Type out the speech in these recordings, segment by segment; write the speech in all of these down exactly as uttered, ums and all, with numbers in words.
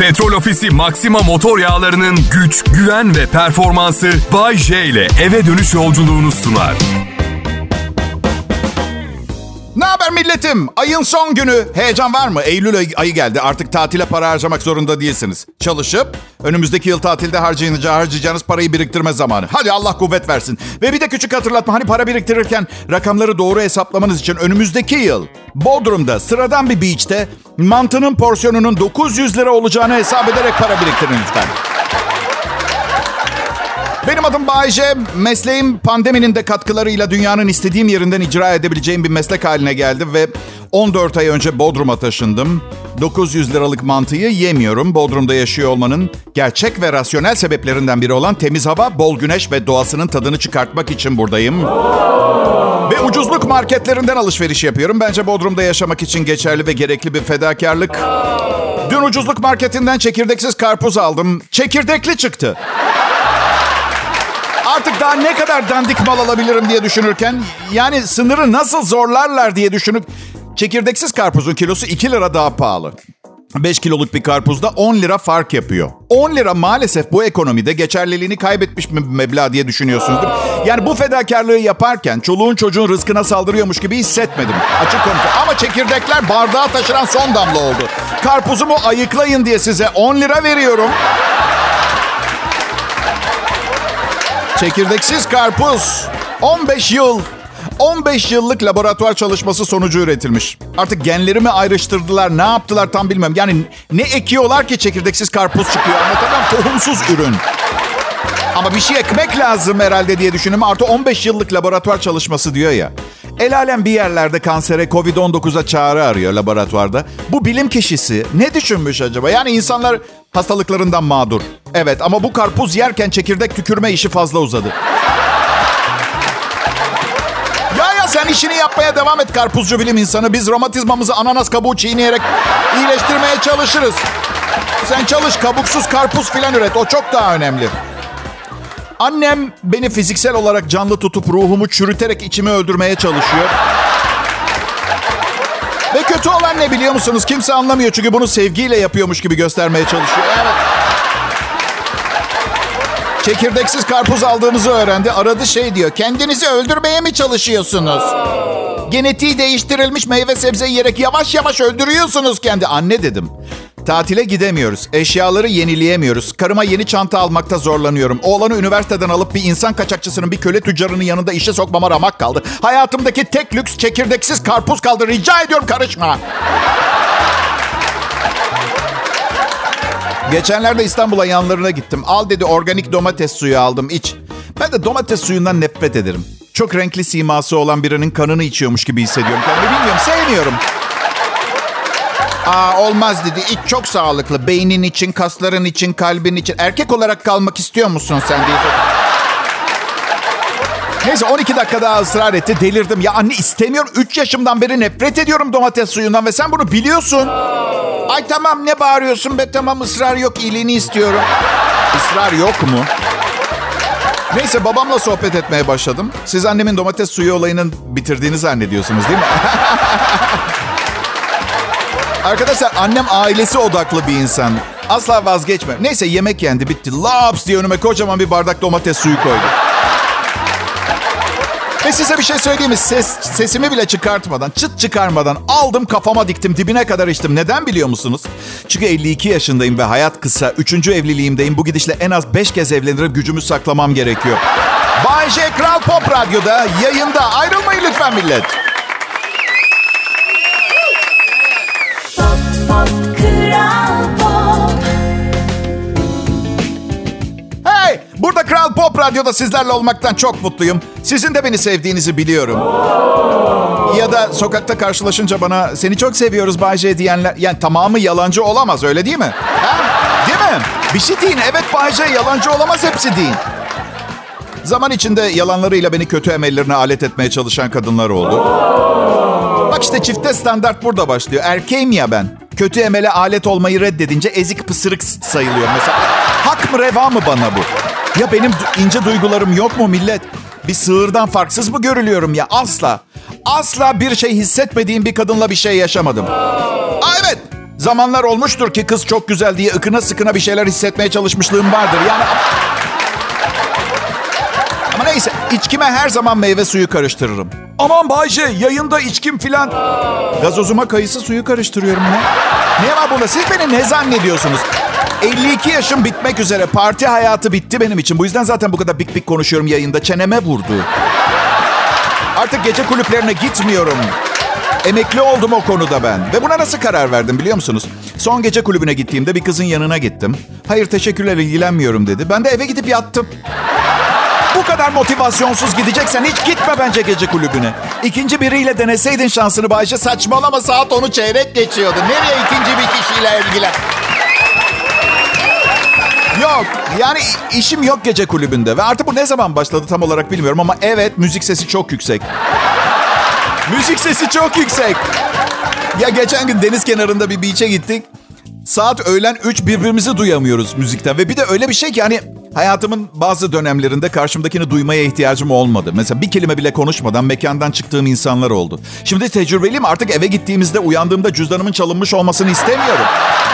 Petrol Ofisi Maxima motor yağlarının güç, güven ve performansı Bay J ile eve dönüş yolculuğunu sunar. Ne haber milletim? Ayın son günü. Heyecan var mı? Eylül ayı geldi. Artık tatile para harcamak zorunda değilsiniz. Çalışıp önümüzdeki yıl tatilde harcayacağı, harcayacağınız parayı biriktirme zamanı. Hadi Allah kuvvet versin. Ve bir de küçük hatırlatma. Hani para biriktirirken rakamları doğru hesaplamanız için önümüzdeki yıl Bodrum'da sıradan bir beach'te mantının porsiyonunun dokuz yüz lira olacağını hesap ederek para biriktirin lütfen. Benim adım Bay J. Mesleğim pandeminin de katkılarıyla dünyanın istediğim yerinden icra edebileceğim bir meslek haline geldi ve on dört ay önce Bodrum'a taşındım. dokuz yüz liralık mantıyı yemiyorum. Bodrum'da yaşıyor olmanın gerçek ve rasyonel sebeplerinden biri olan temiz hava, bol güneş ve doğasının tadını çıkartmak için buradayım. Ve ucuzluk marketlerinden alışveriş yapıyorum. Bence Bodrum'da yaşamak için geçerli ve gerekli bir fedakarlık. Dün ucuzluk marketinden çekirdeksiz karpuz aldım. Çekirdekli çıktı. Artık daha ne kadar dandik mal alabilirim diye düşünürken, yani sınırı nasıl zorlarlar diye düşünüp çekirdeksiz karpuzun kilosu iki lira daha pahalı. beş kiloluk bir karpuzda on lira fark yapıyor. on lira maalesef bu ekonomide geçerliliğini kaybetmiş bir meblağ diye düşünüyorsunuz değil mi? Yani bu fedakarlığı yaparken çoluğun çocuğun rızkına saldırıyormuş gibi hissetmedim. Açık konuşayım. Ama çekirdekler bardağa taşıran son damla oldu. Karpuzumu ayıklayın diye size on lira veriyorum. Çekirdeksiz karpuz. on beş yıl. on beş yıllık laboratuvar çalışması sonucu üretilmiş. Artık genlerimi ayrıştırdılar. Ne yaptılar tam bilmiyorum. Yani ne ekiyorlar ki çekirdeksiz karpuz çıkıyor. Anlatamam. Tohumsuz ürün. Ama bir şey ekmek lazım herhalde diye düşünüyorum. Artı on beş yıllık laboratuvar çalışması diyor ya. El alem bir yerlerde kansere, kovid on dokuza çare arıyor laboratuvarda. Bu bilim kişisi ne düşünmüş acaba? Yani insanlar hastalıklarından mağdur. Evet, ama bu karpuz yerken çekirdek tükürme işi fazla uzadı. Ya ya sen işini yapmaya devam et karpuzcu bilim insanı. Biz romatizmamızı ananas kabuğu çiğneyerek iyileştirmeye çalışırız. Sen çalış, kabuksuz karpuz filan üret. O çok daha önemli. Annem beni fiziksel olarak canlı tutup ruhumu çürüterek içimi öldürmeye çalışıyor. Ve kötü olan ne biliyor musunuz? Kimse anlamıyor çünkü bunu sevgiyle yapıyormuş gibi göstermeye çalışıyor. Evet. Çekirdeksiz karpuz aldığımızı öğrendi. Aradı şey diyor. Kendinizi öldürmeye mi çalışıyorsunuz? Genetiği değiştirilmiş meyve sebze yiyerek yavaş yavaş öldürüyorsunuz kendi. Anne dedim. Tatile gidemiyoruz. Eşyaları yenileyemiyoruz. Karıma yeni çanta almakta zorlanıyorum. Oğlanı üniversiteden alıp bir insan kaçakçısının, bir köle tüccarının yanında işe sokmama ramak kaldı. Hayatımdaki tek lüks çekirdeksiz karpuz kaldı. Rica ediyorum karışma. Geçenlerde İstanbul'a yanlarına gittim. Al dedi, organik domates suyu aldım, iç. Ben de domates suyundan nefret ederim. Çok renkli siması olan birinin kanını içiyormuş gibi hissediyorum. Kendimi bilmiyorum, sevmiyorum. Aa, olmaz dedi. İç, çok sağlıklı. Beynin için, kasların için, kalbin için. Erkek olarak kalmak istiyor musun sen diye. Neyse on iki dakika daha ısrar etti. Delirdim. Ya anne istemiyorum. üç yaşımdan beri nefret ediyorum domates suyundan ve sen bunu biliyorsun. Ay tamam, ne bağırıyorsun be, tamam, ısrar yok, iyiliğini istiyorum. Israr yok mu? Neyse babamla sohbet etmeye başladım. Siz annemin domates suyu olayını bitirdiğini zannediyorsunuz değil mi? Arkadaşlar annem ailesi odaklı bir insan. Asla vazgeçme. Neyse yemek yendi, bitti. Laps diye önüme kocaman bir bardak domates suyu koydu. Ve size bir şey söyleyeyim mi? Ses, sesimi bile çıkartmadan, çıt çıkarmadan aldım, kafama diktim, dibine kadar içtim. Neden biliyor musunuz? Çünkü elli iki yaşındayım ve hayat kısa. Üçüncü evliliğimdeyim. Bu gidişle en az beş kez evlenirim. Gücümü saklamam gerekiyor. Bay J Kral Pop Radyo'da yayında. Ayrılmayın lütfen millet. Pop, pop, Kral Pop. Hey! Burada Kral Pop Radyo'da sizlerle olmaktan çok mutluyum. Sizin de beni sevdiğinizi biliyorum. Ya da sokakta karşılaşınca bana seni çok seviyoruz Bay J diyenler... Yani tamamı yalancı olamaz, öyle değil mi? Ha? Değil mi? Bir şey deyin. Evet Bay J, yalancı olamaz, hepsi deyin. Zaman içinde yalanlarıyla beni kötü emellerine alet etmeye çalışan kadınlar oldu. Bak işte çifte standart burada başlıyor. Erkeğim ya ben. Kötü emele alet olmayı reddedince ezik pısırık sayılıyor mesela. Hak mı reva mı bana bu? Ya benim ince duygularım yok mu millet? Bir sığırdan farksız mı görülüyorum ya? Asla. Asla bir şey hissetmediğim bir kadınla bir şey yaşamadım. Aa, evet. Zamanlar olmuştur ki kız çok güzel diye ıkına sıkına bir şeyler hissetmeye çalışmışlığım vardır. Yani... Ama neyse, içkime her zaman meyve suyu karıştırırım. Aman Bayce, yayında içkim filan. Gazozuma kayısı suyu karıştırıyorum ne? Ne var bunda? Siz beni ne zannediyorsunuz? elli iki yaşım bitmek üzere. Parti hayatı bitti benim için. Bu yüzden zaten bu kadar bik bik konuşuyorum yayında. Çeneme vurdu. Artık gece kulüplerine gitmiyorum. Emekli oldum o konuda ben. Ve buna nasıl karar verdim biliyor musunuz? Son gece kulübüne gittiğimde bir kızın yanına gittim. Hayır teşekkürler, ilgilenmiyorum dedi. Ben de eve gidip yattım. Bu kadar motivasyonsuz gideceksen hiç gitme bence gece kulübüne. İkinci biriyle deneseydin şansını Bayşe. Saçmalama, saat onu çeyrek geçiyordu. Nereye ikinci bir kişiyle ilgilen? Yok yani işim yok gece kulübünde. Ve artık bu ne zaman başladı tam olarak bilmiyorum ama evet, müzik sesi çok yüksek. Müzik sesi çok yüksek. Ya geçen gün deniz kenarında bir beach'e gittik. Saat öğlen üç, birbirimizi duyamıyoruz müzikten. Ve bir de öyle bir şey ki hani hayatımın bazı dönemlerinde karşımdakini duymaya ihtiyacım olmadı. Mesela bir kelime bile konuşmadan mekandan çıktığım insanlar oldu. Şimdi tecrübeliyim, artık eve gittiğimizde uyandığımda cüzdanımın çalınmış olmasını istemiyorum.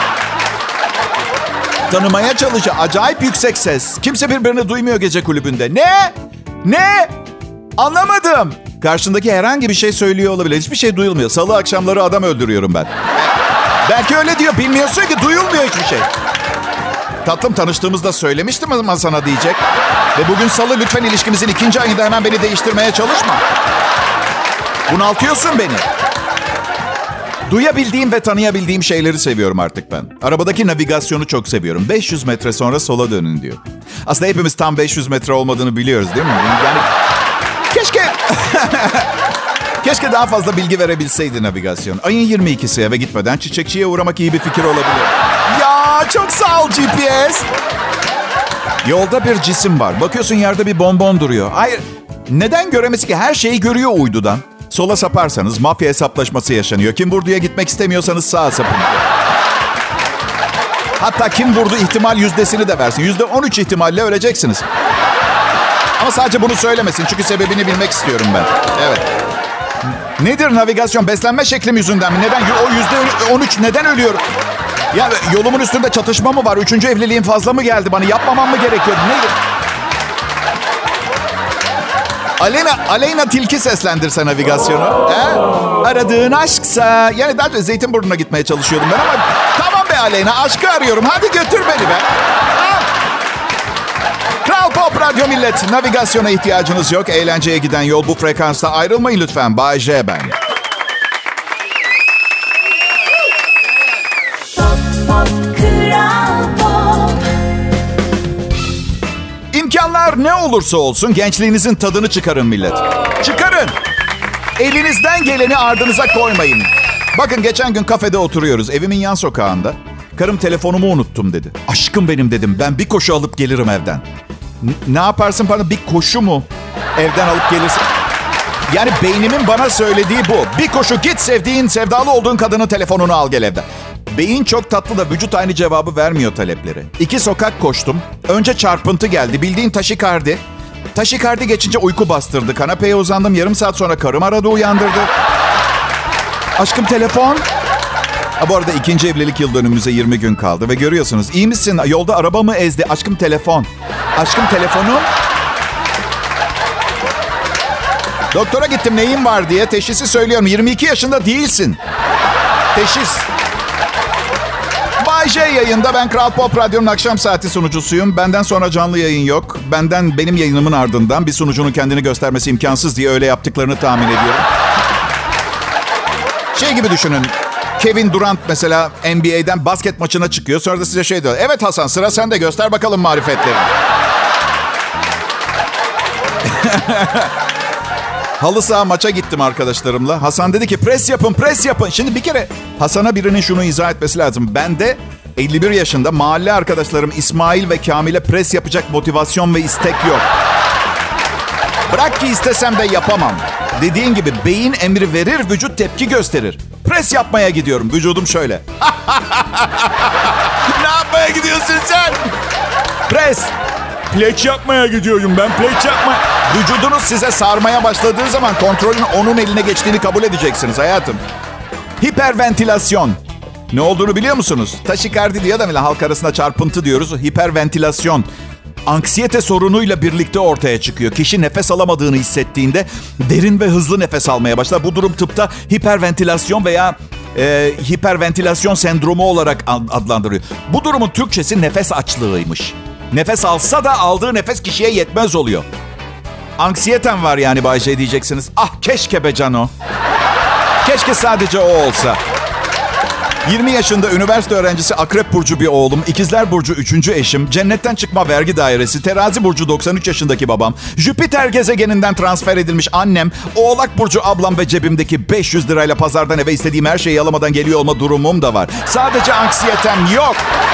Tanımaya çalışıyor. Acayip yüksek ses. Kimse birbirini duymuyor gece kulübünde. Ne? Ne? Anlamadım. Karşındaki herhangi bir şey söylüyor olabilir. Hiçbir şey duyulmuyor. Salı akşamları adam öldürüyorum ben. Belki öyle diyor. Bilmiyorsun ki, duyulmuyor hiçbir şey. Tatlım, tanıştığımızda söylemiştim ama sana diyecek. Ve bugün salı, lütfen ilişkimizin ikinci ayında hemen beni değiştirmeye çalışma. Bunaltıyorsun beni. Duyabildiğim ve tanıyabildiğim şeyleri seviyorum artık ben. Arabadaki navigasyonu çok seviyorum. beş yüz metre sonra sola dönün diyor. Aslında hepimiz tam beş yüz metre olmadığını biliyoruz değil mi? Yani keşke... Keşke daha fazla bilgi verebilseydi navigasyon. Ayın yirmi ikisi eve gitmeden çiçekçiye uğramak iyi bir fikir olabilir. Ya çok sağ ol G P S. Yolda bir cisim var. Bakıyorsun yerde bir bonbon duruyor. Hayır, neden göremesi ki? Her şeyi görüyor uydudan. Sola saparsanız mafya hesaplaşması yaşanıyor. Kim vurduya gitmek istemiyorsanız sağa sapın. Hatta kim vurdu ihtimal yüzdesini de versin. yüzde on üç ihtimalle öleceksiniz. Ama sadece bunu söylemesin. Çünkü sebebini bilmek istiyorum ben. Evet. Nedir navigasyon? Beslenme şeklim yüzünden mi? Neden? O yüzde on üç neden ölüyorum? Ya yolumun üstünde çatışma mı var? Üçüncü evliliğim fazla mı geldi bana? Yapmamam mı gerekiyordu? Neydi? Aleyna, Aleyna Tilki seslendirse navigasyonu. He? Aradığın aşksa... Yani daha önce Zeytinburnu'na gitmeye çalışıyordum ben ama... Tamam be Aleyna, aşkı arıyorum. Hadi götür beni be. Ha? Kral Pop Radyo millet. Navigasyona ihtiyacınız yok. Eğlenceye giden yol bu frekansta. Ayrılmayın lütfen. Bay J ben. İmkanlar ne olursa olsun gençliğinizin tadını çıkarın millet. Çıkarın. Elinizden geleni ardınıza koymayın. Bakın geçen gün kafede oturuyoruz. Evimin yan sokağında. Karım telefonumu unuttum dedi. Aşkım benim dedim. Ben bir koşu alıp gelirim evden. N- ne yaparsın bana? Bir koşu mu? Evden alıp gelirsin. Yani beynimin bana söylediği bu. Bir koşu git, sevdiğin, sevdalı olduğun kadının telefonunu al gel evden. Beyin çok tatlı da vücut aynı cevabı vermiyor taleplere. İki sokak koştum. Önce çarpıntı geldi. Bildiğin taşikardi. Taşikardi geçince uyku bastırdı. Kanepeye uzandım. Yarım saat sonra karım aradı, uyandırdı. Aşkım telefon. Ha, bu arada ikinci evlilik yıl dönümümüze yirmi gün kaldı. Ve görüyorsunuz, iyi misin? Yolda araba mı ezdi? Aşkım telefon. Aşkım telefonu. Doktora gittim neyin var diye. Teşhisi söylüyorum. yirmi iki yaşında değilsin. Teşhis. Bay J yayında. Ben Kral Pop Radyo'nun akşam saati sunucusuyum. Benden sonra canlı yayın yok. Benden benim yayınımın ardından bir sunucunun kendini göstermesi imkansız diye öyle yaptıklarını tahmin ediyorum. Şey gibi düşünün. Kevin Durant mesela N B A'den basket maçına çıkıyor. Sonra da size şey diyor. Evet Hasan, sıra sende, göster bakalım marifetlerini. Halı saha maça gittim arkadaşlarımla. Hasan dedi ki pres yapın, pres yapın. Şimdi bir kere Hasan'a birinin şunu izah etmesi lazım. Ben de elli bir yaşında mahalle arkadaşlarım İsmail ve Kamil'e pres yapacak motivasyon ve istek yok. Bırak ki istesem de yapamam. Dediğin gibi beyin emri verir, vücut tepki gösterir. Pres yapmaya gidiyorum. Vücudum şöyle. Ne yapmaya gidiyorsun sen? Pres. Pleç yapmaya gidiyorum ben. Pleç yapmaya. Vücudunuz size sarmaya başladığı zaman kontrolün onun eline geçtiğini kabul edeceksiniz hayatım. Hiperventilasyon. Ne olduğunu biliyor musunuz? Taşikardi diye de bile halk arasında çarpıntı diyoruz. Hiperventilasyon. Anksiyete sorunuyla birlikte ortaya çıkıyor. Kişi nefes alamadığını hissettiğinde derin ve hızlı nefes almaya başlar. Bu durum tıpta hiperventilasyon veya e, hiperventilasyon sendromu olarak adlandırılıyor. Bu durumun Türkçesi nefes açlığıymış. Nefes alsa da aldığı nefes kişiye yetmez oluyor. Anksiyeten var yani Bay J diyeceksiniz. Ah keşke be Cano. Keşke sadece o olsa. yirmi yaşında üniversite öğrencisi Akrep Burcu bir oğlum, İkizler Burcu üçüncü eşim, Cennetten Çıkma Vergi Dairesi, Terazi Burcu doksan üç yaşındaki babam, Jüpiter gezegeninden transfer edilmiş annem, Oğlak Burcu ablam ve cebimdeki beş yüz lirayla pazardan eve istediğim her şeyi alamadan geliyor olma durumum da var. Sadece anksiyetem yok.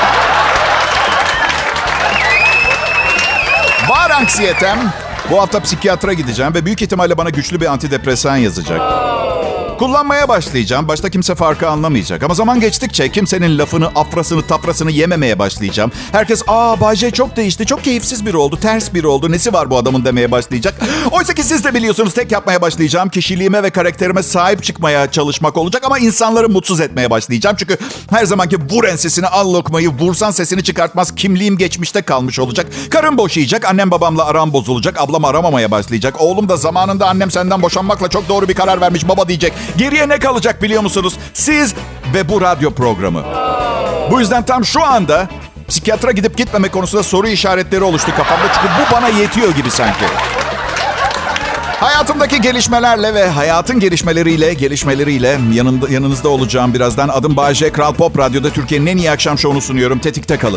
Var anksiyetem. Bu hafta psikiyatra gideceğim ve büyük ihtimalle bana güçlü bir antidepresan yazacak. Kullanmaya başlayacağım. Başta kimse farkı anlamayacak. Ama zaman geçtikçe kimsenin lafını, afrasını, taprasını yememeye başlayacağım. Herkes, aa Bay J çok değişti, çok keyifsiz biri oldu, ters biri oldu, nesi var bu adamın demeye başlayacak. Oysa ki siz de biliyorsunuz tek yapmaya başlayacağım. Kişiliğime ve karakterime sahip çıkmaya çalışmak olacak ama insanları mutsuz etmeye başlayacağım. Çünkü her zamanki vur ensesini, al lokmayı, vursan sesini çıkartmaz, kimliğim geçmişte kalmış olacak. Karım boşayacak, annem babamla aram bozulacak, ablam aramamaya başlayacak. Oğlum da zamanında annem senden boşanmakla çok doğru bir karar vermiş baba diyecek. Geriye ne kalacak biliyor musunuz? Siz ve bu radyo programı. Bu yüzden tam şu anda psikiyatra gidip gitmeme konusunda soru işaretleri oluştu kafamda. Çünkü bu bana yetiyor gibi sanki. Hayatımdaki gelişmelerle ve hayatın gelişmeleriyle, gelişmeleriyle yanında, yanınızda olacağım birazdan. Adım Bay J. Kral Pop Radyo'da Türkiye'nin en iyi akşam şovunu sunuyorum. Tetikte kalın.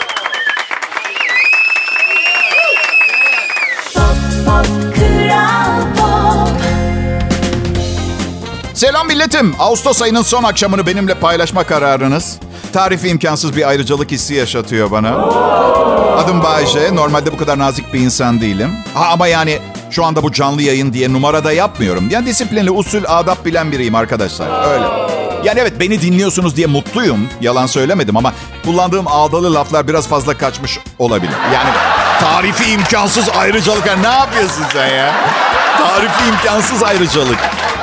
Selam milletim. Ağustos ayının son akşamını benimle paylaşma kararınız tarifi imkansız bir ayrıcalık hissi yaşatıyor bana. Adım Bay J. Normalde bu kadar nazik bir insan değilim. Ha, ama yani şu anda bu canlı yayın diye numara da yapmıyorum. Yani disiplinli, usul, adap bilen biriyim arkadaşlar. Öyle. Yani evet beni dinliyorsunuz diye mutluyum. Yalan söylemedim ama kullandığım ağdalı laflar biraz fazla kaçmış olabilir. Yani tarifi imkansız ayrıcalık. Yani ne yapıyorsun sen ya? Tarifi imkansız ayrıcalık.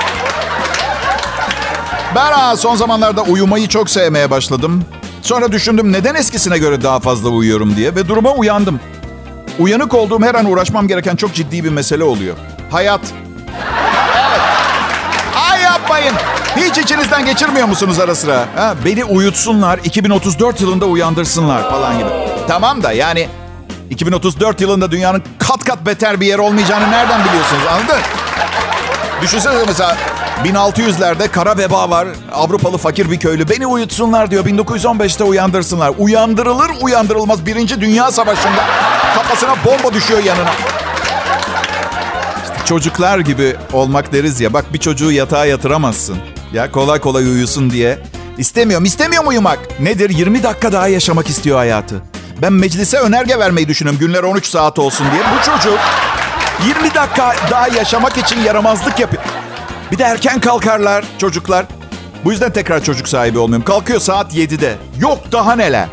Ben ha, son zamanlarda uyumayı çok sevmeye başladım. Sonra düşündüm neden eskisine göre daha fazla uyuyorum diye ve duruma uyandım. Uyanık olduğum her an uğraşmam gereken çok ciddi bir mesele oluyor. Hayat. Evet. Ay yapmayın. Hiç içinizden geçirmiyor musunuz ara sıra? Ha, beni uyutsunlar, iki bin otuz dört yılında uyandırsınlar falan gibi. Tamam da yani iki bin otuz dört yılında dünyanın kat kat beter bir yer olmayacağını nereden biliyorsunuz, anladın? Düşünsenize mesela bin altı yüzlerde kara veba var. Avrupalı fakir bir köylü. Beni uyutsunlar diyor. bin dokuz yüz on beşte uyandırsınlar. Uyandırılır uyandırılmaz Birinci Dünya Savaşı'nda kafasına bomba düşüyor yanına. İşte çocuklar gibi olmak deriz ya. Bak bir çocuğu yatağa yatıramazsın. Ya kolay kolay uyusun diye. İstemiyorum. İstemiyorum uyumak. Nedir? yirmi dakika daha yaşamak istiyor hayatı. Ben meclise önerge vermeyi düşünüyorum. Günler on üç saat olsun diye. Bu çocuk yirmi dakika daha yaşamak için yaramazlık yapıyor. Bir de erken kalkarlar çocuklar. Bu yüzden tekrar çocuk sahibi olmuyorum. Kalkıyor saat yedide. Yok daha neler.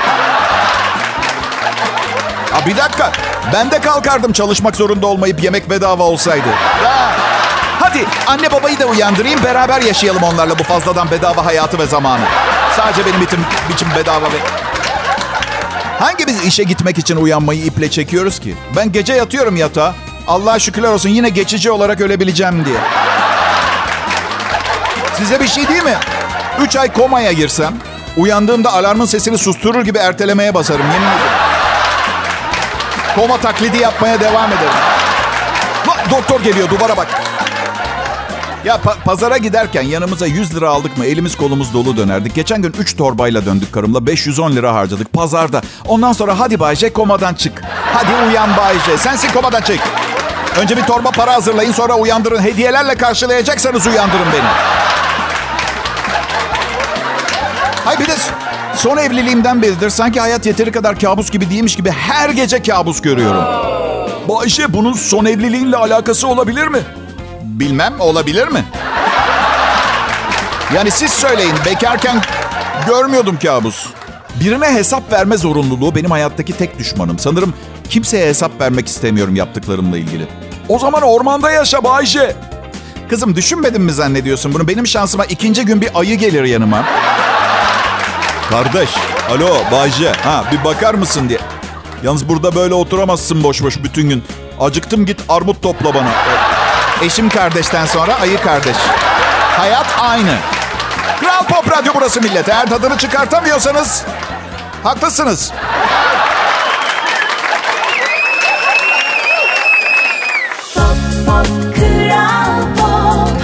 Ha bir dakika. Ben de kalkardım çalışmak zorunda olmayıp yemek bedava olsaydı. Ha. Hadi anne babayı da uyandırayım. Beraber yaşayalım onlarla bu fazladan bedava hayatı ve zamanı. Sadece benim için, için bedava ve... Hangimiz işe gitmek için uyanmayı iple çekiyoruz ki? Ben gece yatıyorum yatağa. Allah'a şükürler olsun yine geçici olarak ölebileceğim diye. Size bir şey değil mi? Üç ay komaya girsem, uyandığımda alarmın sesini susturur gibi ertelemeye basarım. Yemin ederim. Koma taklidi yapmaya devam ederim. La, doktor geliyor, duvara bak. Ya pa- pazara giderken yanımıza yüz lira aldık mı elimiz kolumuz dolu dönerdik. Geçen gün üç torbayla döndük karımla. beş yüz on lira harcadık pazarda. Ondan sonra hadi Bay J komadan çık. Hadi uyan Bay J. Sensin komadan çık. Önce bir torba para hazırlayın sonra uyandırın. Hediyelerle karşılayacaksanız uyandırın beni. Hayır bir de son evliliğimden beridir sanki hayat yeteri kadar kabus gibi değilmiş gibi her gece kabus görüyorum. Bay J bunun son evliliğinle alakası olabilir mi? Bilmem, olabilir mi? Yani siz söyleyin, bekarken görmüyordum kabus. Birine hesap verme zorunluluğu benim hayattaki tek düşmanım. Sanırım kimseye hesap vermek istemiyorum yaptıklarımla ilgili. O zaman ormanda yaşa Bay J. Kızım düşünmedin mi zannediyorsun bunu? Benim şansıma ikinci gün bir ayı gelir yanıma. Kardeş, alo Bayce, ha bir bakar mısın diye. Yalnız burada böyle oturamazsın boş boş bütün gün. Acıktım, git armut topla bana. Eşim kardeşten sonra ayı kardeş. Hayat aynı. Kral Pop Radyo burası millet. Eğer tadını çıkartamıyorsanız haklısınız. Pop, pop, Kral Pop.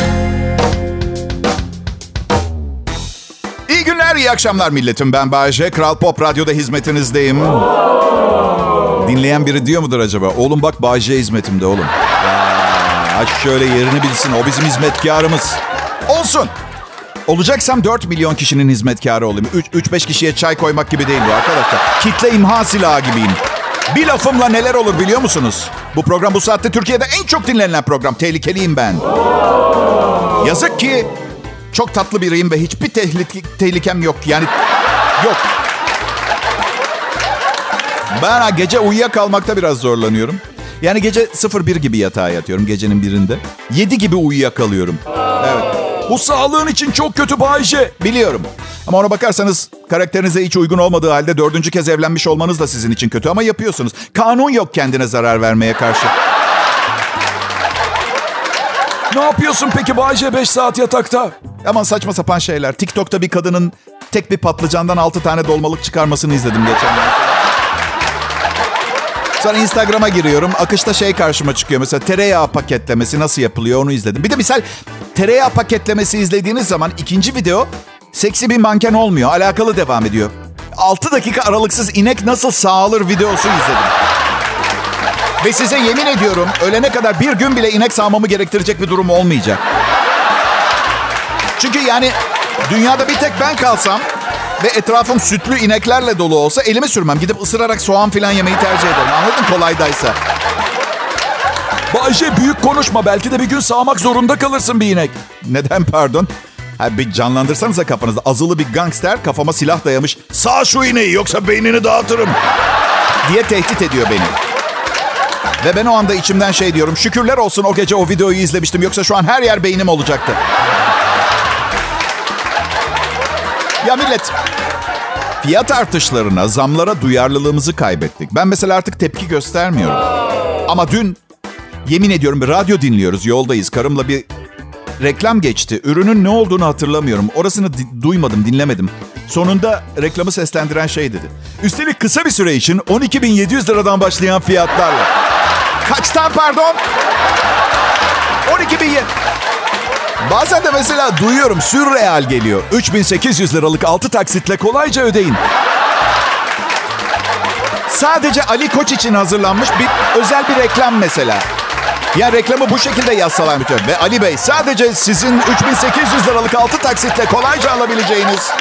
İyi günler, iyi akşamlar milletim. Ben Bayece. Kral Pop Radyo'da hizmetinizdeyim. Dinleyen biri diyor mudur acaba? Oğlum bak Bayece hizmetimde oğlum. Aa, şöyle yerini bilsin. O bizim hizmetkarımız. Olsun. Olacaksam dört milyon kişinin hizmetkarı olayım. üç beş kişiye çay koymak gibi değil bu arkadaşlar. Kitle imha silahı gibiyim. Bir lafımla neler olur biliyor musunuz? Bu program bu saatte Türkiye'de en çok dinlenen program. Tehlikeliyim ben. Yazık ki çok tatlı biriyim ve hiçbir tehlike, tehlikem yok. Yani yok. Ben gece uyuyakalmakta biraz zorlanıyorum. Yani gece sıfır bir gibi yatağa yatıyorum gecenin birinde. yedi gibi uyuyakalıyorum. Evet. Bu sağlığın için çok kötü Bayce. Biliyorum. Ama ona bakarsanız karakterinize hiç uygun olmadığı halde dördüncü kez evlenmiş olmanız da sizin için kötü. Ama yapıyorsunuz. Kanun yok kendine zarar vermeye karşı. Ne yapıyorsun peki Bayce beş saat yatakta? Aman saçma sapan şeyler. TikTok'ta bir kadının tek bir patlıcandan altı tane dolmalık çıkarmasını izledim geçen gün. Sonra Instagram'a giriyorum. Akışta şey karşıma çıkıyor. Mesela tereyağı paketlemesi nasıl yapılıyor onu izledim. Bir de misal tereyağı paketlemesi izlediğiniz zaman ikinci video seksi bir manken olmuyor. Alakalı devam ediyor. altı dakika aralıksız inek nasıl sağılır videosu izledim. Ve size yemin ediyorum ölene kadar bir gün bile inek sağmamı gerektirecek bir durum olmayacak. Çünkü yani dünyada bir tek ben kalsam ve etrafım sütlü ineklerle dolu olsa elimi sürmem. Gidip ısırarak soğan falan yemeyi tercih ederim. Anladın, kolaydaysa. Bayce büyük konuşma. Belki de bir gün sağmak zorunda kalırsın bir inek. Neden pardon? Ha, bir canlandırsanıza kafanızda. Azılı bir gangster kafama silah dayamış. Sağ şu ineği yoksa beynini dağıtırım diye tehdit ediyor beni. Ve ben o anda içimden şey diyorum. Şükürler olsun o gece o videoyu izlemiştim. Yoksa şu an her yer beynim olacaktı. Ya millet, fiyat artışlarına, zamlara duyarlılığımızı kaybettik. Ben mesela artık tepki göstermiyorum. Ama dün, yemin ediyorum bir radyo dinliyoruz, yoldayız. Karımla bir reklam geçti. Ürünün ne olduğunu hatırlamıyorum. Orasını di- duymadım, dinlemedim. Sonunda reklamı seslendiren şey dedi. Üstelik kısa bir süre için on iki bin yedi yüz liradan başlayan fiyatlarla. Kaçtan pardon? on iki bin. Bazen de mesela duyuyorum, sürreal geliyor. üç bin sekiz yüz liralık altı taksitle kolayca ödeyin. Sadece Ali Koç için hazırlanmış bir özel bir reklam mesela. Ya reklamı bu şekilde yazsalarmış. Ve Ali Bey, sadece sizin üç bin sekiz yüz liralık altı taksitle kolayca alabileceğiniz.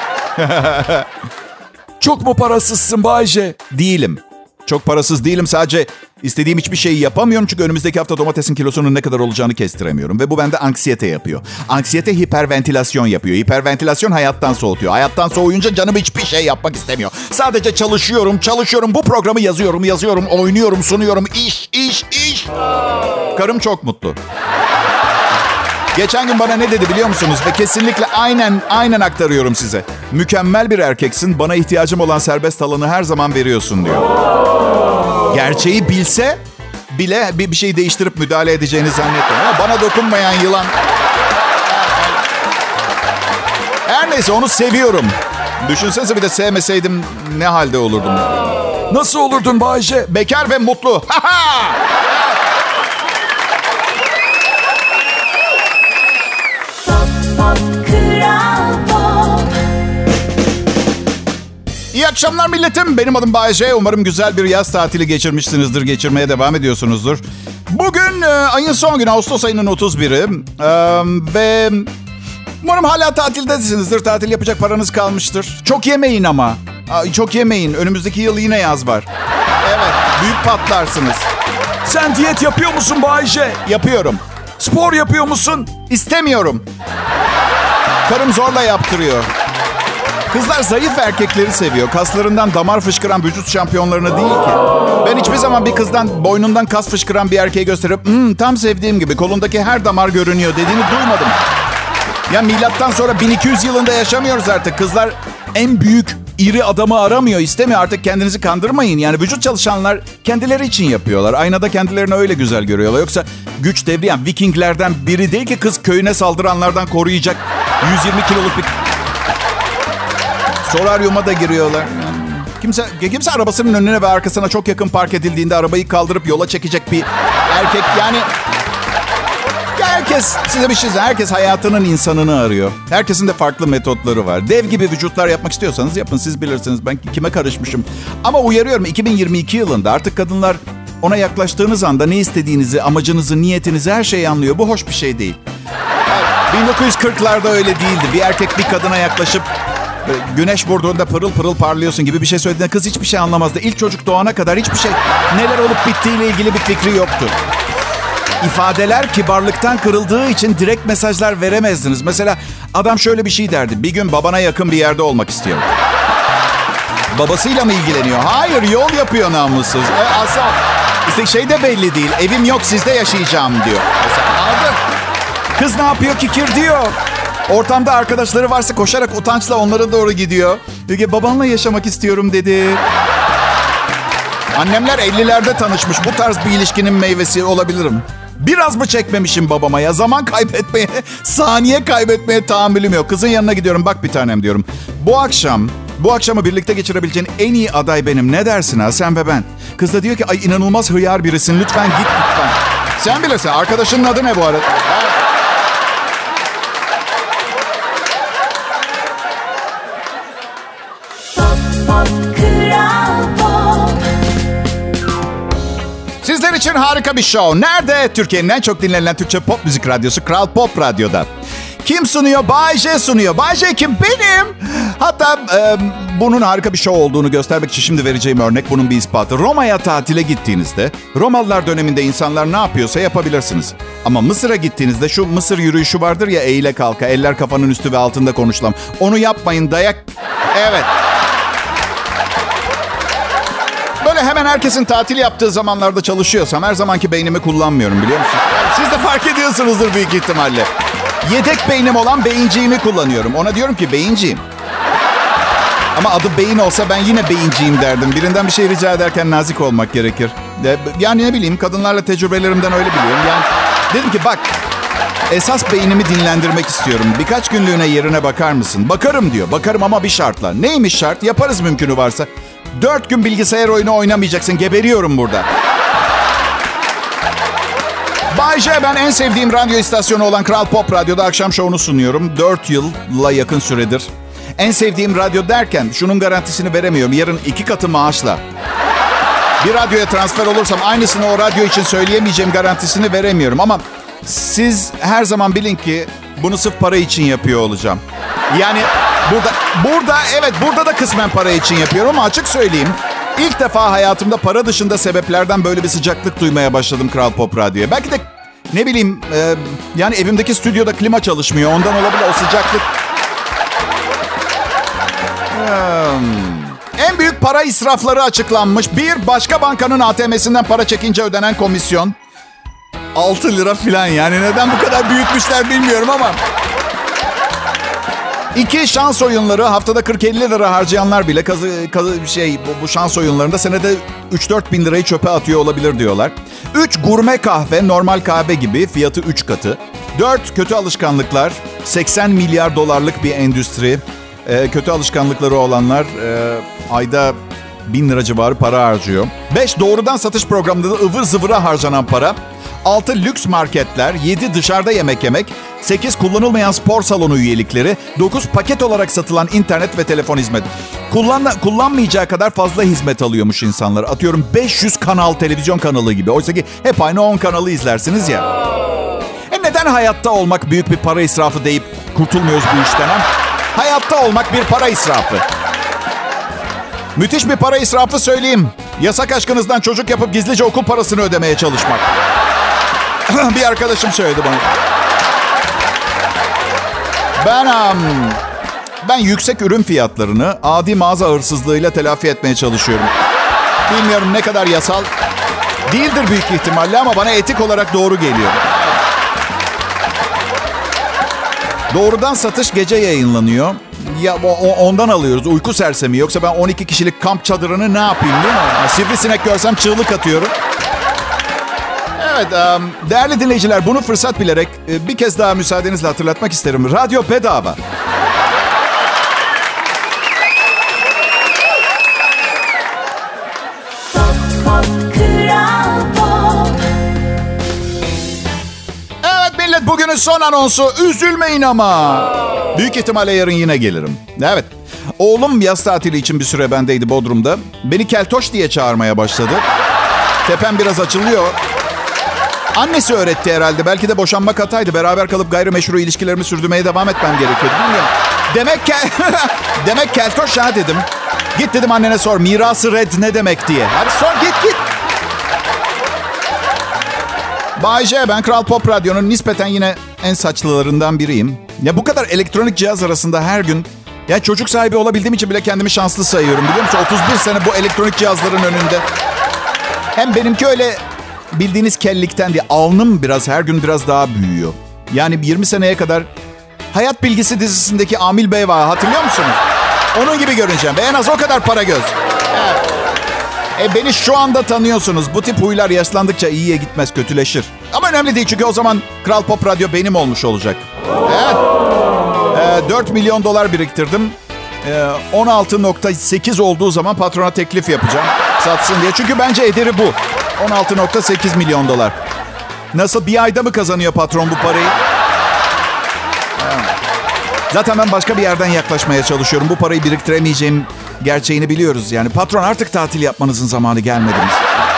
Çok mu parasızsın Bayce? Değilim. Çok parasız değilim. Sadece istediğim hiçbir şeyi yapamıyorum. Çünkü önümüzdeki hafta domatesin kilosunun ne kadar olacağını kestiremiyorum. Ve bu bende anksiyete yapıyor. Anksiyete hiperventilasyon yapıyor. Hiperventilasyon hayattan soğutuyor. Hayattan soğuyunca canım hiçbir şey yapmak istemiyor. Sadece çalışıyorum, çalışıyorum. Bu programı yazıyorum, yazıyorum, oynuyorum, sunuyorum. İş, iş, iş. Karım çok mutlu. Geçen gün bana ne dedi biliyor musunuz? Ve kesinlikle aynen aynen aktarıyorum size. Mükemmel bir erkeksin. Bana ihtiyacım olan serbest alanı her zaman veriyorsun diyor. Gerçeği bilse bile bir, bir şey değiştirip müdahale edeceğini zannetmiyorum. Ama bana dokunmayan yılan. Her neyse onu seviyorum. Düşünsenize bir de sevmeseydim ne halde olurdum. Nasıl olurdun Bayce? Bekar ve mutlu. İyi akşamlar milletim. Benim adım Bayece. Umarım güzel bir yaz tatili geçirmişsinizdir. Geçirmeye devam ediyorsunuzdur. Bugün e, ayın son günü. Ağustos ayının otuz biri. E, ve umarım hala tatildesinizdir. Tatil yapacak paranız kalmıştır. Çok yemeyin ama. Çok yemeyin. Önümüzdeki yıl yine yaz var. Evet. Büyük patlarsınız. Sen diyet yapıyor musun Bayece? Yapıyorum. Spor yapıyor musun? İstemiyorum. Karım zorla yaptırıyor. Kızlar zayıf erkekleri seviyor. Kaslarından damar fışkıran vücut şampiyonlarını değil ki. Ben hiçbir zaman bir kızdan boynundan kas fışkıran bir erkeğe gösterip hmm, tam sevdiğim gibi kolundaki her damar görünüyor dediğini duymadım. Ya milattan sonra bin iki yüz yılında yaşamıyoruz artık. Kızlar en büyük iri adamı aramıyor, istemiyor. Artık kendinizi kandırmayın. Yani vücut çalışanlar kendileri için yapıyorlar. Aynada kendilerini öyle güzel görüyorlar. Yoksa güç devri, yani Vikinglerden biri değil ki kız köyüne saldıranlardan koruyacak yüz yirmi kiloluk bir... Solaryuma da giriyorlar. Kimse, kimse arabasının önüne ve arkasına çok yakın park edildiğinde arabayı kaldırıp yola çekecek bir erkek. Yani herkes, size bir şey söyleyeyim, herkes hayatının insanını arıyor. Herkesin de farklı metotları var. Dev gibi vücutlar yapmak istiyorsanız yapın, siz bilirsiniz. Ben kime karışmışım. Ama uyarıyorum, iki bin yirmi iki yılında artık kadınlar ona yaklaştığınız anda ne istediğinizi, amacınızı, niyetinizi, her şeyi anlıyor. Bu hoş bir şey değil. bin dokuz yüz kırklarda öyle değildi. Bir erkek bir kadına yaklaşıp güneş vurduğunda pırıl pırıl parlıyorsun gibi bir şey söylediğinde kız hiçbir şey anlamazdı. İlk çocuk doğana kadar hiçbir şey, neler olup bittiğiyle ilgili bir fikri yoktu. İfadeler kibarlıktan kırıldığı için direkt mesajlar veremezdiniz. Mesela adam şöyle bir şey derdi. Bir gün babana yakın bir yerde olmak istiyorum. Babasıyla mı ilgileniyor? Hayır, yol yapıyor namussuz. E, asla. İşte şey de belli değil. Evim yok, sizde yaşayacağım diyor. Anladın? Kız ne yapıyor? Kikir diyor. Ortamda arkadaşları varsa koşarak utançla onlara doğru gidiyor. Diyor ki babanla yaşamak istiyorum dedi. Annemler ellilerde tanışmış. Bu tarz bir ilişkinin meyvesi olabilirim. Biraz mı çekmemişim babama ya? Zaman kaybetmeye, saniye kaybetmeye tahammülüm yok. Kızın yanına gidiyorum. Bak bir tanem diyorum. Bu akşam, bu akşamı birlikte geçirebileceğin en iyi aday benim. Ne dersin ha, sen ve ben? Kız da diyor ki ay inanılmaz hıyar birisin. Lütfen git lütfen. Sen bilirsin. Arkadaşının adı ne bu arada? Sizler için harika bir show. Nerede? Türkiye'nin en çok dinlenen Türkçe pop müzik radyosu Kral Pop Radyo'da. Kim sunuyor? Bay J sunuyor. Bay J kim? Benim. Hatta e, bunun harika bir show olduğunu göstermek için şimdi vereceğim örnek bunun bir ispatı. Roma'ya tatile gittiğinizde Romalılar döneminde insanlar ne yapıyorsa yapabilirsiniz. Ama Mısır'a gittiğinizde şu Mısır yürüyüşü vardır ya, eğile kalka, eller kafanın üstü ve altında konuşulan. Onu yapmayın, dayak. Evet. Böyle hemen herkesin tatil yaptığı zamanlarda çalışıyorsam her zamanki beynimi kullanmıyorum, biliyor musunuz? Siz de fark ediyorsunuzdur büyük ihtimalle. Yedek beynim olan beyinciğimi kullanıyorum. Ona diyorum ki beyinciğim. Ama adı beyin olsa ben yine beyinciğim derdim. Birinden bir şey rica ederken nazik olmak gerekir. Yani ne bileyim, kadınlarla tecrübelerimden öyle biliyorum. Yani dedim ki bak, esas beynimi dinlendirmek istiyorum. Birkaç günlüğüne yerine bakar mısın? Bakarım diyor. Bakarım ama bir şartla. Neymiş şart? Yaparız mümkünü varsa. Dört gün bilgisayar oyunu oynamayacaksın. Geberiyorum burada. Bay J, ben en sevdiğim radyo istasyonu olan Kral Pop Radyo'da akşam şovunu sunuyorum. Dört yılla yakın süredir. En sevdiğim radyo derken şunun garantisini veremiyorum. Yarın iki katı maaşla bir radyoya transfer olursam aynısını o radyo için söyleyemeyeceğim garantisini veremiyorum. Ama siz her zaman bilin ki bunu sırf para için yapıyor olacağım. Yani burada, burada evet burada da kısmen para için yapıyorum ama açık söyleyeyim. İlk defa hayatımda para dışında sebeplerden böyle bir sıcaklık duymaya başladım Kral Pop Radyo'ya. Belki de ne bileyim e, yani evimdeki stüdyoda klima çalışmıyor. Ondan olabilir o sıcaklık. Hmm. En büyük para israfları açıklanmış. Bir, başka bankanın A T M'sinden para çekince ödenen komisyon. altı lira falan, yani neden bu kadar büyütmüşler bilmiyorum ama. İki, şans oyunları. Haftada kırk elli lira harcayanlar bile kazı, kazı, şey, bu, bu şans oyunlarında senede üç dört bin lirayı çöpe atıyor olabilir diyorlar. Üç, gurme kahve, normal kahve gibi, fiyatı üç katı. Dört, kötü alışkanlıklar. seksen milyar dolarlık bir endüstri. Ee, kötü alışkanlıkları olanlar e, ayda bin lira civarı para harcıyor. Beş, doğrudan satış programında da ıvır zıvıra harcanan para. Altı, lüks marketler. Yedi, dışarıda yemek yemek. Sekiz, kullanılmayan spor salonu üyelikleri. Dokuz, paket olarak satılan internet ve telefon hizmet. Kullan, kullanmayacağı kadar fazla hizmet alıyormuş insanlar. Atıyorum beş yüz kanal, televizyon kanalı gibi. Oysa ki hep aynı on kanalı izlersiniz ya. E neden hayatta olmak büyük bir para israfı deyip kurtulmuyoruz bu işten? Ha? Hayatta olmak bir para israfı. Müthiş bir para israfı söyleyeyim. Yasak aşkınızdan çocuk yapıp gizlice okul parasını ödemeye çalışmak. Bir arkadaşım söyledi bana. Ben um, ben yüksek ürün fiyatlarını adi mağaza hırsızlığıyla telafi etmeye çalışıyorum. Bilmiyorum ne kadar yasal değildir büyük ihtimalle ama bana etik olarak doğru geliyor. Doğrudan satış gece yayınlanıyor. Ya o, ondan alıyoruz. Uyku sersemi. Yoksa ben on iki kişilik kamp çadırını ne yapayım değil mi? Yani sivrisinek görsem çığlık atıyorum. Evet, değerli dinleyiciler, bunu fırsat bilerek bir kez daha müsaadenizle hatırlatmak isterim. Radyo bedava. Evet millet, bugünün son anonsu. Üzülmeyin ama. Büyük ihtimalle yarın yine gelirim. Evet. Oğlum yaz tatili için bir süre bendeydi Bodrum'da. Beni keltoş diye çağırmaya başladı. Tepem biraz açılıyor. Annesi öğretti herhalde. Belki de boşanmak hataydı. Beraber kalıp gayrimeşru ilişkilerimi sürdürmeye devam etmem gerekiyordu. Bilmiyorum. Demek ki demek keltoş ha dedim. Git dedim annene sor. Mirası red ne demek diye. Hadi sor, git git. Bay J, ben Kral Pop Radyo'nun nispeten yine en saçlılarından biriyim. Ya bu kadar elektronik cihaz arasında her gün... Ya çocuk sahibi olabildiğim için bile kendimi şanslı sayıyorum, biliyor musun? otuz bir sene bu elektronik cihazların önünde. Hem benimki öyle bildiğiniz kellikten değil. Alnım biraz her gün biraz daha büyüyor. Yani yirmi seneye kadar Hayat Bilgisi dizisindeki Amil Bey var, hatırlıyor musunuz? Onun gibi görüneceğim. Ve en az o kadar para göz. Evet. E beni şu anda tanıyorsunuz. Bu tip huylar yaşlandıkça iyiye gitmez, kötüleşir. Ama önemli değil çünkü o zaman Kral Pop Radyo benim olmuş olacak. Evet. E, dört milyon dolar biriktirdim. E, on altı nokta sekiz olduğu zaman patrona teklif yapacağım. Satsın diye. Çünkü bence ederi bu. on altı nokta sekiz milyon dolar. Nasıl, bir ayda mı kazanıyor patron bu parayı? Zaten ben başka bir yerden yaklaşmaya çalışıyorum. Bu parayı biriktiremeyeceğim gerçeğini biliyoruz. Yani patron, artık tatil yapmanızın zamanı gelmedi mi?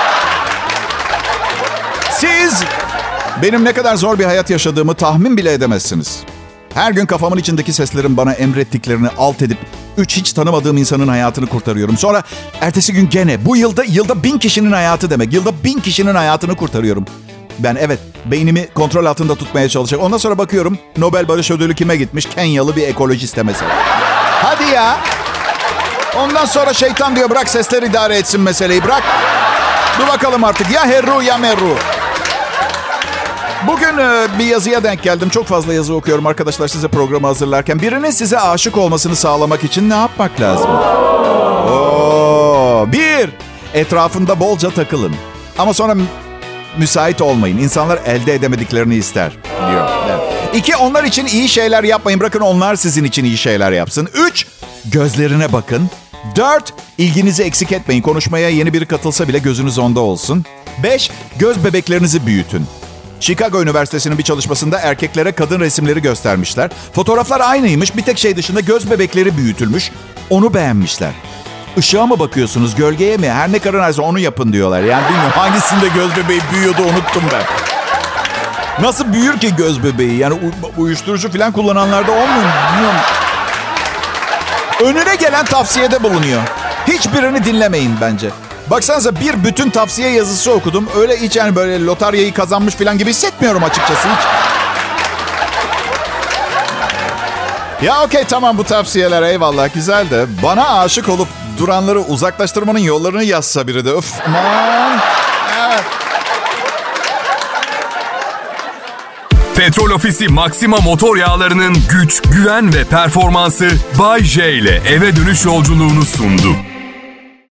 Siz benim ne kadar zor bir hayat yaşadığımı tahmin bile edemezsiniz. Her gün kafamın içindeki seslerin bana emrettiklerini alt edip üç hiç tanımadığım insanın hayatını kurtarıyorum. Sonra ertesi gün gene bu yılda yılda bin kişinin hayatı demek. Yılda bin kişinin hayatını kurtarıyorum. Ben evet beynimi kontrol altında tutmaya çalışıyorum. Ondan sonra bakıyorum Nobel Barış Ödülü kime gitmiş? Kenyalı bir ekolojiste mesela. Hadi ya. Ondan sonra şeytan diyor bırak sesler idare etsin meseleyi, bırak. Dur bakalım artık ya herru ya merru. Bugün e, bir yazıya denk geldim. Çok fazla yazı okuyorum arkadaşlar size programı hazırlarken. Birinin size aşık olmasını sağlamak için ne yapmak lazım? Oo, bir, etrafında bolca takılın. Ama sonra müsait olmayın. İnsanlar elde edemediklerini ister diyor. Evet. İki, onlar için iyi şeyler yapmayın. Bırakın onlar sizin için iyi şeyler yapsın. Üç, gözlerine bakın. Dört, ilginizi eksik etmeyin. Konuşmaya yeni biri katılsa bile gözünüz onda olsun. Beş, göz bebeklerinizi büyütün. Chicago Üniversitesi'nin bir çalışmasında erkeklere kadın resimleri göstermişler. Fotoğraflar aynıymış. Bir tek şey dışında göz bebekleri büyütülmüş. Onu beğenmişler. Işığa mı bakıyorsunuz, gölgeye mi? Her ne kararsa onu yapın diyorlar. Yani bilmiyorum hangisinde göz bebeği büyüyordu, unuttum ben. Nasıl büyür ki göz bebeği? Yani u- uyuşturucu falan kullananlarda olmuyor mu? Bilmiyorum. Önüne gelen tavsiyede bulunuyor. Hiçbirini dinlemeyin bence. Baksanıza bir bütün tavsiye yazısı okudum. Öyle hiç yani böyle lotaryayı kazanmış falan gibi hissetmiyorum açıkçası hiç. Ya okey tamam bu tavsiyeler eyvallah güzel de bana aşık olup duranları uzaklaştırmanın yollarını yazsa biri de öf aman. Evet. Petrol Ofisi Maxima motor yağlarının güç, güven ve performansı Bay J ile eve dönüş yolculuğunu sundu.